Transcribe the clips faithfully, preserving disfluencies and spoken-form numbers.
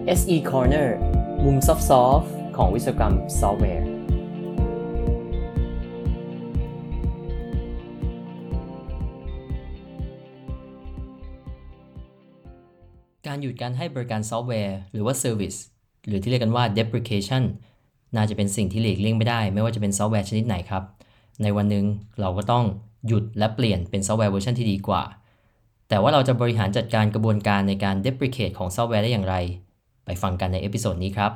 เอส อี Corner มุมซอฟต์ๆของวิศวกรรมซอฟต์แวร์การหยุดการให้บริการซอฟต์แวร์หรือว่า Service หรือที่เรียกกันว่า Deprecation น่าจะเป็นสิ่งที่หลีกเลี่ยงไม่ได้ไม่ว่าจะเป็นซอฟต์แวร์ชนิดไหนครับในวันหนึ่งเราก็ต้องหยุดและเปลี่ยนเป็นซอฟต์แวร์เวอร์ชันที่ดีกว่าแต่ว่าเราจะบริหารจัดการกระบวนการในการ Deprecate ของซอฟต์แวร์ได้อย่างไรไปฟังกันในเอพิโซดนี้ครับ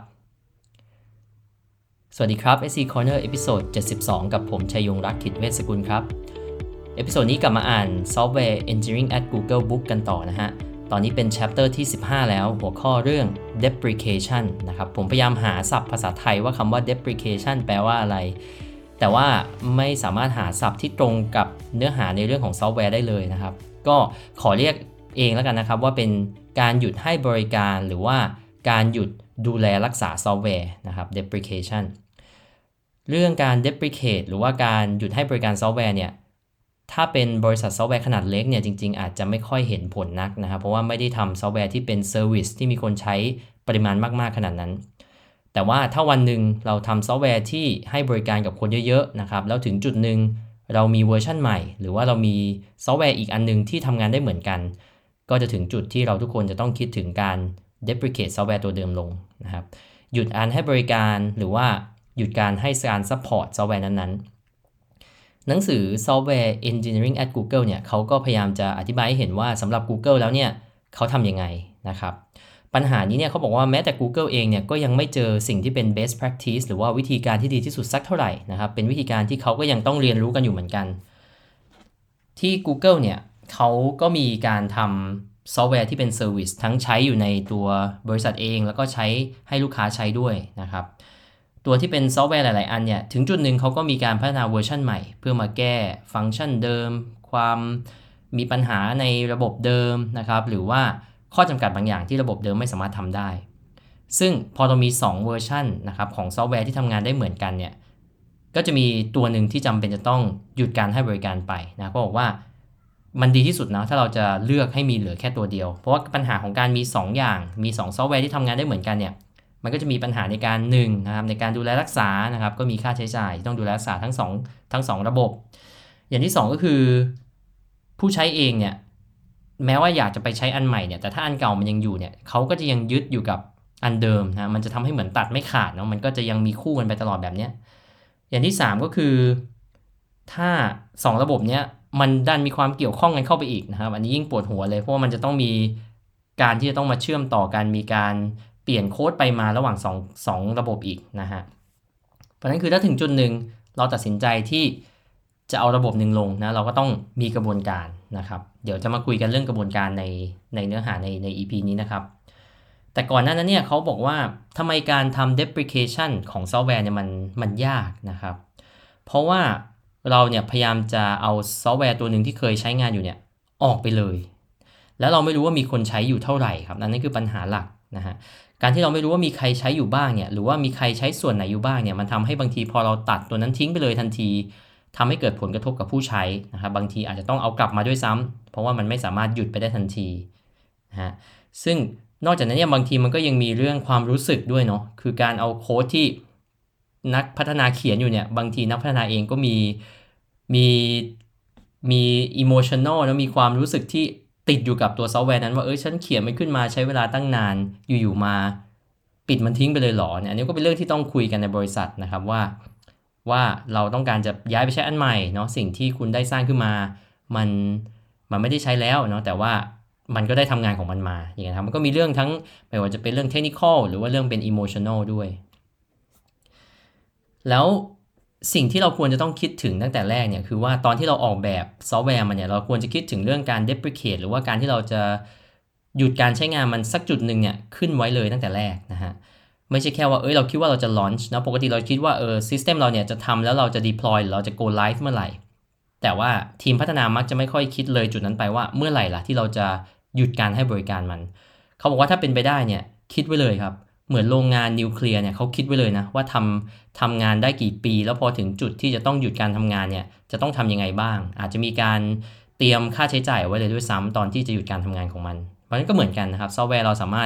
สวัสดีครับ เอส อี Corner เอพิโซดเจ็ดสิบสองกับผมชัยยงรักษ์ขิตเวชสกุลครับเอพิโซดนี้กลับมาอ่าน Software Engineering at Google Book กันต่อนะฮะตอนนี้เป็น chapter ที่สิบห้าแล้วหัวข้อเรื่อง deprecation นะครับผมพยายามหาศัพท์ภาษาไทยว่าคำว่า deprecation แปลว่าอะไรแต่ว่าไม่สามารถหาศัพท์ที่ตรงกับเนื้อหาในเรื่องของซอฟต์แวร์ได้เลยนะครับก็ขอเรียกเองแล้วกันนะครับว่าเป็นการหยุดให้บริการหรือว่าการหยุดดูแลรักษาซอฟต์แวร์นะครับ deprecation เรื่องการ deprecate หรือว่าการหยุดให้บริการซอฟต์แวร์เนี่ยถ้าเป็นบริษัทซอฟต์แวร์ขนาดเล็กเนี่ยจริงๆอาจจะไม่ค่อยเห็นผลนักนะครับเพราะว่าไม่ได้ทำซอฟต์แวร์ที่เป็นเซอร์วิสที่มีคนใช้ปริมาณมากๆขนาดนั้นแต่ว่าถ้าวันหนึ่งเราทำซอฟต์แวร์ที่ให้บริการกับคนเยอะๆนะครับแล้วถึงจุดหนึ่งเรามีเวอร์ชันใหม่หรือว่าเรามีซอฟต์แวร์อีกอันนึงที่ทำงานได้เหมือนกันก็จะถึงจุดที่เราทุกคนจะต้องคิดถึงการ deprecate ซอฟต์แวร์ตัวเดิมลงนะครับหยุดการให้บริการหรือว่าหยุดการให้การ support ซอฟต์แวร์นั้นๆหนังสือ Software Engineering at Google เนี่ยเขาก็พยายามจะอธิบายให้เห็นว่าสำหรับ Google แล้วเนี่ยเขาทำยังไงนะครับปัญหานี้เนี่ยเขาบอกว่าแม้แต่ Google เองเนี่ยก็ยังไม่เจอสิ่งที่เป็น best practice หรือว่าวิธีการที่ดีที่สุดสักเท่าไหร่นะครับเป็นวิธีการที่เขาก็ยังต้องเรียนรู้กันอยู่เหมือนกันที่ Google เนี่ยเขาก็มีการทำซอฟต์แวร์ที่เป็น Service ทั้งใช้อยู่ในตัวบริษัทเองแล้วก็ใช้ให้ลูกค้าใช้ด้วยนะครับตัวที่เป็นซอฟต์แวร์หลายๆอันเนี่ยถึงจุดหนึ่งเขาก็มีการพัฒนาเวอร์ชันใหม่เพื่อมาแก้ฟังก์ชันเดิมความมีปัญหาในระบบเดิมนะครับหรือว่าข้อจำกัดบางอย่างที่ระบบเดิมไม่สามารถทำได้ซึ่งพอเรามีสองเวอร์ชันนะครับของซอฟต์แวร์ที่ทำงานได้เหมือนกันเนี่ยก็จะมีตัวหนึ่งที่จำเป็นจะต้องหยุดการให้บริการไปนะก็บอกว่ามันดีที่สุดนะถ้าเราจะเลือกให้มีเหลือแค่ตัวเดียวเพราะว่าปัญหาของการมีสองอย่างมีสองซอฟต์แวร์ที่ทำงานได้เหมือนกันเนี่ยมันก็จะมีปัญหาในการหนึ่งนะครับในการดูแลรักษานะครับก็มีค่าใช้จ่ายที่ต้องดูแลรักษาทั้งสองทั้งสองระบบอย่างที่สองก็คือผู้ใช้เองเนี่ยแม้ว่าอยากจะไปใช้อันใหม่เนี่ยแต่ถ้าอันเก่ามันยังอยู่เนี่ยเขาก็จะยังยึดอยู่กับอันเดิมนะมันจะทำให้เหมือนตัดไม่ขาดเนาะมันก็จะยังมีคู่กันไปตลอดแบบเนี้ยอย่างที่สามก็คือถ้าสองระบบเนี้ยมันดันมีความเกี่ยวข้องกันเข้าไปอีกนะครับอันนี้ยิ่งปวดหัวเลยเพราะว่ามันจะต้องมีการที่จะต้องมาเชื่อมต่อกันมีการเปลี่ยนโค้ดไปมาระหว่าง2 2ระบบอีกนะฮะเพราะฉะนั้นคือถ้าถึงจุดหนึ่งเราตัดสินใจที่จะเอาระบบหนึ่งลงนะเราก็ต้องมีกระบวนการนะครับเดี๋ยวจะมาคุยกันเรื่องกระบวนการในในเนื้อหาในใน อี พี นี้นะครับแต่ก่อนหน้านั้นเนี่ยเขาบอกว่าทำไมการทำ deprecation ของซอฟต์แวร์เนี่ยมันมันยากนะครับเพราะว่าเราเนี่ยพยายามจะเอาซอฟต์แวร์ตัวหนึ่งที่เคยใช้งานอยู่เนี่ยออกไปเลยแล้วเราไม่รู้ว่ามีคนใช้อยู่เท่าไหร่ครับนั่นคือปัญหาหลักนะฮะการที่เราไม่รู้ว่ามีใครใช้อยู่บ้างเนี่ยหรือว่ามีใครใช้ส่วนไหนอยู่บ้างเนี่ยมันทำให้บางทีพอเราตัดตัวนั้นทิ้งไปเลยทันทีทำให้เกิดผลกระทบกับผู้ใช้นะครับบางทีอาจจะต้องเอากลับมาด้วยซ้ำเพราะว่ามันไม่สามารถหยุดไปได้ทันทีนะฮะซึ่งนอกจากนั้นเนี่ยบางทีมันก็ยังมีเรื่องความรู้สึกด้วยเนาะคือการเอาโค้ดที่นักพัฒนาเขียนอยู่เนี่ยบางทีนักพัฒนาเองก็มีมีมี emotional แล้วมีความรู้สึกที่ติดอยู่กับตัวซอฟต์แวร์นั้นว่าเออฉันเขียนมันขึ้นมาใช้เวลาตั้งนานอยู่ๆมาปิดมันทิ้งไปเลยหรอเนี่ยอันนี้ก็เป็นเรื่องที่ต้องคุยกันในบริษัทนะครับว่าว่าเราต้องการจะย้ายไปใช้อันใหม่เนาะสิ่งที่คุณได้สร้างขึ้นมามันมันไม่ได้ใช้แล้วเนาะแต่ว่ามันก็ได้ทำงานของมันมาอย่างเงี้ยครับมันก็มีเรื่องทั้งไม่ว่าจะเป็นเรื่องเทคนิคอลหรือว่าเรื่องเป็น emotional ด้วยแล้วสิ่งที่เราควรจะต้องคิดถึงตั้งแต่แรกเนี่ยคือว่าตอนที่เราออกแบบซอฟต์แวร์มันเนี่ยเราควรจะคิดถึงเรื่องการ deprecate หรือว่าการที่เราจะหยุดการใช้งานมันสักจุดหนึ่งเนี่ยขึ้นไว้เลยตั้งแต่แรกนะฮะไม่ใช่แค่ว่าเอ้ยเราคิดว่าเราจะ launch นะปกติเราคิดว่าเออ system เราเนี่ยจะทำแล้วเราจะ deploy หรือเราจะ go live เมื่อไหร่แต่ว่าทีมพัฒนามักจะไม่ค่อยคิดเลยจุดนั้นไปว่าเมื่อไหร่ล่ะที่เราจะหยุดการให้บริการมันเขาบอกว่าถ้าเป็นไปได้เนี่ยคิดไว้เลยครับเหมือนโรงงานนิวเคลียร์เนี่ยเขาคิดไว้เลยนะว่าทำทำงานได้กี่ปีแล้วพอถึงจุดที่จะต้องหยุดการทำงานเนี่ยจะต้องทำยังไงบ้างอาจจะมีการเตรียมค่าใช้จ่ายไว้เลยด้วยซ้ำตอนที่จะหยุดการทำงานของมันเพราะฉะนั้นก็เหมือนกันนะครับซอฟต์แวร์เราสามารถ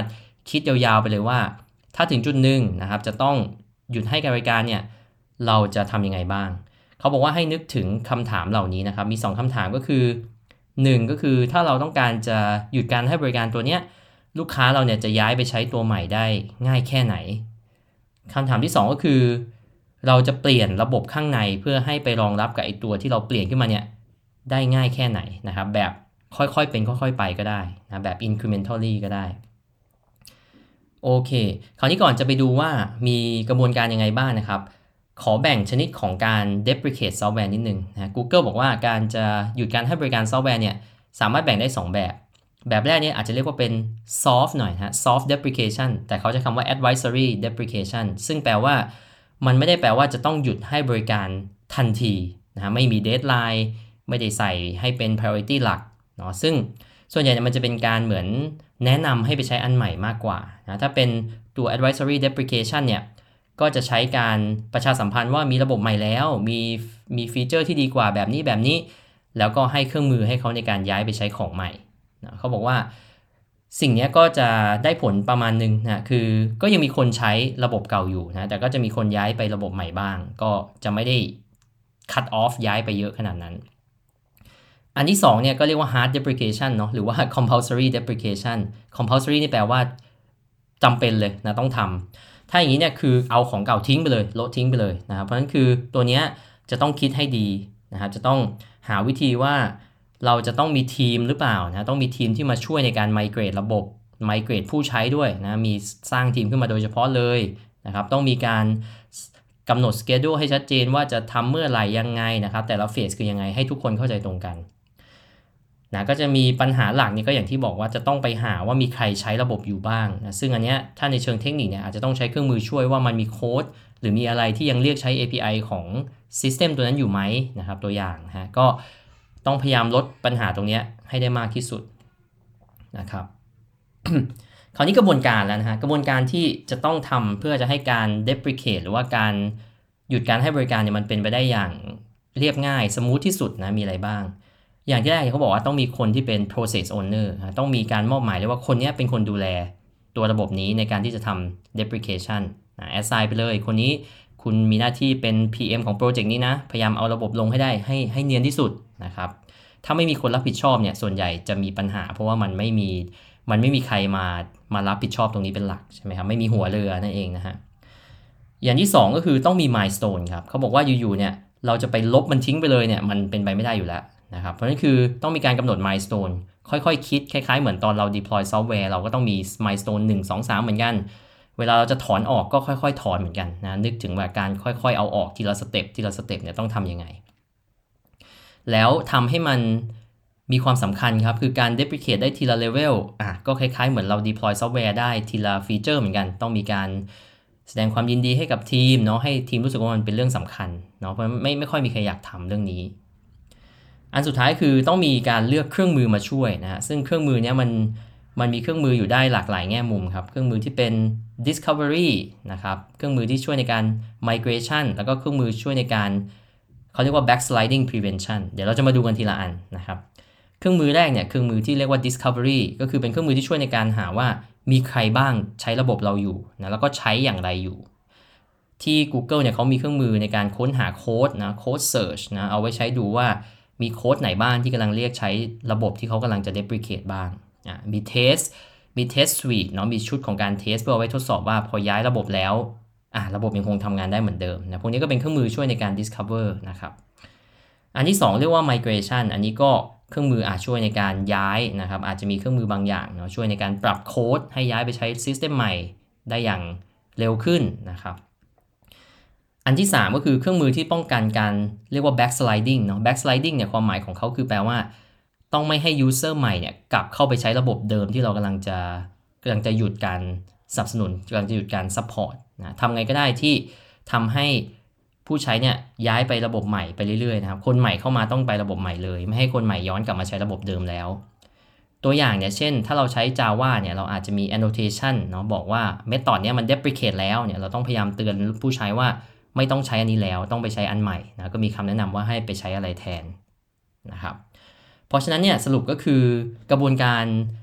คิดยาวๆไปเลยว่าถ้าถึงจุดหนึ่งนะครับจะต้องหยุดให้การบริการเนี่ยเราจะทำยังไงบ้างเขาบอกว่าให้นึกถึงคำถามเหล่านี้นะครับมีสองคำถามก็คือหนึ่งก็คือถ้าเราต้องการจะหยุดการให้บริการตัวเนี้ยลูกค้าเราเนี่ยจะย้ายไปใช้ตัวใหม่ได้ง่ายแค่ไหนคำถามที่สองก็คือเราจะเปลี่ยนระบบข้างในเพื่อให้ไปรองรับกับไอตัวที่เราเปลี่ยนขึ้นมาเนี่ยได้ง่ายแค่ไหนนะครับแบบค่อยๆเป็นค่อยๆไปก็ได้นะแบบ incrementally ก็ได้โอเคคราวนี้ก่อนจะไปดูว่ามีกระบวนการยังไงบ้างนะครับขอแบ่งชนิดของการ deprecate ซอฟต์แวร์นิดนึงนะ Google บอกว่าการจะหยุดการให้บริการซอฟต์แวร์เนี่ยสามารถแบ่งได้สองแบบแบบแรกเนี่ยอาจจะเรียกว่าเป็น soft หน่อยฮะ soft deprecation แต่เขาจะคำว่า advisory deprecation ซึ่งแปลว่ามันไม่ได้แปลว่าจะต้องหยุดให้บริการทันทีนะฮะไม่มี deadline ไม่ได้ใส่ให้เป็น priority หลักเนาะซึ่งส่วนใหญ่มันจะเป็นการเหมือนแนะนำให้ไปใช้อันใหม่มากกว่านะถ้าเป็นตัว advisory deprecation เนี่ยก็จะใช้การประชาสัมพันธ์ว่ามีระบบใหม่แล้วมีมีฟีเจอร์ที่ดีกว่าแบบนี้แบบนี้แล้วก็ให้เครื่องมือให้เขาในการย้ายไปใช้ของใหม่นะเขาบอกว่าสิ่งนี้ก็จะได้ผลประมาณนึงนะคือก็ยังมีคนใช้ระบบเก่าอยู่นะแต่ก็จะมีคนย้ายไประบบใหม่บ้างก็จะไม่ได้ cut off ย้ายไปเยอะขนาดนั้นอันที่สองเนี่ยก็เรียกว่า hard deprecation เนาะหรือว่า compulsory deprecation compulsory นี่แปลว่าจำเป็นเลยนะต้องทำถ้าอย่างนี้เนี่ยคือเอาของเก่าทิ้งไปเลยลดทิ้งไปเลยนะครับเพราะฉะนั้นคือตัวนี้จะต้องคิดให้ดีนะครับจะต้องหาวิธีว่าเราจะต้องมีทีมหรือเปล่านะต้องมีทีมที่มาช่วยในการ migrate ระบบ migrate ผู้ใช้ด้วยนะมีสร้างทีมขึ้นมาโดยเฉพาะเลยนะครับต้องมีการกำหนด schedule ให้ชัดเจนว่าจะทำเมื่อไหร่ยังไงนะครับแต่ละเฟสคือยังไงให้ทุกคนเข้าใจตรงกันนะก็จะมีปัญหาหลักนี่ก็อย่างที่บอกว่าจะต้องไปหาว่ามีใครใช้ระบบอยู่บ้างนะซึ่งอันเนี้ยถ้าในเชิงเทคนิคเนี่ยอาจจะต้องใช้เครื่องมือช่วยว่ามันมีโค้ดหรือมีอะไรที่ยังเรียกใช้ เอ พี ไอ ของ System ตัวนั้นอยู่ไหมนะครับตัวอย่างนะฮะก็ต้องพยายามลดปัญหาตรงนี้ให้ได้มากที่สุดนะครับ คราวนี้กระบวนการแล้วนะฮะกระบวนการที่จะต้องทำเพื่อจะให้การ deprecate หรือว่าการหยุดการให้บริการเนี่ยมันเป็นไปได้อย่างเรียบง่ายสมูทที่สุดนะมีอะไรบ้างอย่างที่แรกเขาบอกว่าต้องมีคนที่เป็น process owner ต้องมีการมอบหมายเลยว่าคนนี้เป็นคนดูแลตัวระบบนี้ในการที่จะทำ deprecation assign ไปเลยคนนี้คุณมีหน้าที่เป็น พี เอ็ม ของโปรเจกต์นี้นะพยายามเอาระบบลงให้ได้ให้ให้เนียนที่สุดนะครับถ้าไม่มีคนรับผิดชอบเนี่ยส่วนใหญ่จะมีปัญหาเพราะว่ามันไม่มีมันไม่มีใครมามารับผิดชอบตรงนี้เป็นหลักใช่ไหมครับไม่มีหัวเรือนั่นเองนะฮะอย่างที่สองก็คือต้องมี milestone ครับเขาบอกว่าอยู่ๆเนี่ยเราจะไปลบมันทิ้งไปเลยเนี่ยมันเป็นไปไม่ได้อยู่แล้วนะครับเพราะฉะนั้นคือต้องมีการกำหนด milestone ค่อยๆ ค, คิดคล้ายๆเหมือนตอนเรา deploy ซอฟต์แวร์เราก็ต้องมี milestone หนึ่ง สอง สามเหมือนกันเวลาเราจะถอนออกก็ค่อยๆถอนเหมือนกันนะนึกถึงว่าการค่อยๆเอาออกทีละสเต็ปทีละสเต็ปเนี่ยต้องทำยังไงแล้วทำให้มันมีความสำคัญครับคือการ deprecate ได้ทีละเลเวลอ่ะก็คล้ายๆเหมือนเรา deploy ซอฟต์แวร์ได้ทีละฟีเจอร์เหมือนกันต้องมีการแสดงความยินดีให้กับทีมเนาะให้ทีมรู้สึกว่ามันเป็นเรื่องสำคัญเนาะเพราะไม่ไม่ค่อยมีใครอยากทำเรื่องนี้อันสุดท้ายคือต้องมีการเลือกเครื่องมือมาช่วยนะฮะซึ่งเครื่องมือเนี้ยมันมันมีเครื่องมืออยู่ได้หลากหลายแง่มุมครับเครื่องมือที่เป็น discovery นะครับเครื่องมือที่ช่วยในการ migration แล้วก็เครื่องมือช่วยในการเขาเรียกว่า backsliding prevention เดี๋ยวเราจะมาดูกันทีละอันนะครับเครื่องมือแรกเนี่ยเครื่องมือที่เรียกว่า discovery ก็คือเป็นเครื่องมือที่ช่วยในการหาว่ามีใครบ้างใช้ระบบเราอยู่นะแล้วก็ใช้อย่างไรอยู่ที่ Google เนี่ยเขามีเครื่องมือในการค้นหาโค้ดนะ code search นะเอาไว้ใช้ดูว่ามีโค้ดไหนบ้างที่กำลังเรียกใช้ระบบที่เขากำลังจะ deprecate บ้างอ่ะมี test มี test suite เนาะมีชุดของการ test เพื่อเอาไว้ทดสอบว่าพอย้ายระบบแล้วอ่ะระบบยังคงทำงานได้เหมือนเดิมนะพวกนี้ก็เป็นเครื่องมือช่วยในการ discover นะครับอันที่สองเรียกว่า migration อันนี้ก็เครื่องมืออาจช่วยในการย้ายนะครับอาจจะมีเครื่องมือบางอย่างเนาะช่วยในการปรับโค้ดให้ย้ายไปใช้ system ใหม่ได้อย่างเร็วขึ้นนะครับอันที่สามก็คือเครื่องมือที่ป้องกันการเรียกว่า backsliding เนาะ backsliding เนี่ยความหมายของเขาคือแปลว่าต้องไม่ให้ user ใหม่เนี่ยกลับเข้าไปใช้ระบบเดิมที่เรากำลังจะกำลังจะหยุดการสนับสนุนกำลังจะหยุดการ support นะทำไงก็ได้ที่ทำให้ผู้ใช้เนี่ยย้ายไประบบใหม่ไปเรื่อยๆนะครับคนใหม่เข้ามาต้องไประบบใหม่เลยไม่ให้คนใหม่ย้อนกลับมาใช้ระบบเดิมแล้วตัวอย่างเนี่ยเช่นถ้าเราใช้ Java เนี่ยเราอาจจะมี annotation เนาะบอกว่า method เนี่ยมัน deprecate แล้วเนี่ยเราต้องพยายามเตือนผู้ใช้ว่าไม่ต้องใช้อันนี้แล้วต้องไปใช้อันใหม่นะก็มีคำแนะนำว่าให้ไปใช้อะไรแทนนะครับเพราะฉะนั้นเนี่ยสรุปก็คือกระบวนการ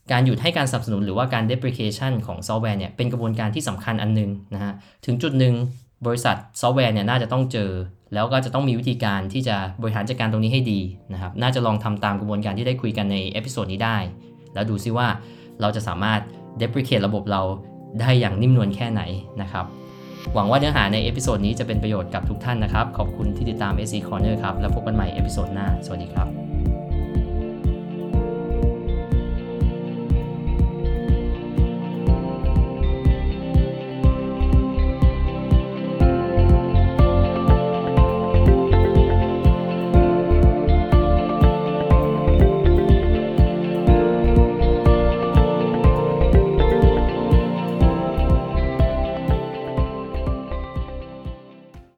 การหยุดให้การสนับสนุนหรือว่าการ deprecation ของซอฟต์แวร์เนี่ยเป็นกระบวนการที่สำคัญอันนึงนะฮะถึงจุดหนึ่งบริษัทซอฟต์แวร์เนี่ยน่าจะต้องเจอแล้วก็จะต้องมีวิธีการที่จะบริหารจัดการตรงนี้ให้ดีนะครับน่าจะลองทำตามกระบวนการที่ได้คุยกันในเอพิโซดนี้ได้แล้วดูซิว่าเราจะสามารถ deprecate ระบบเราได้อย่างนิ่มนวลแค่ไหนนะครับหวังว่าเนื้อหาในเอพิโซดนี้จะเป็นประโยชน์กับทุกท่านนะครับขอบคุณที่ติดตาม เอส อี Corner ครับแล้วพบกันใหม่เอพิโซดหน้าสวัสดีครับ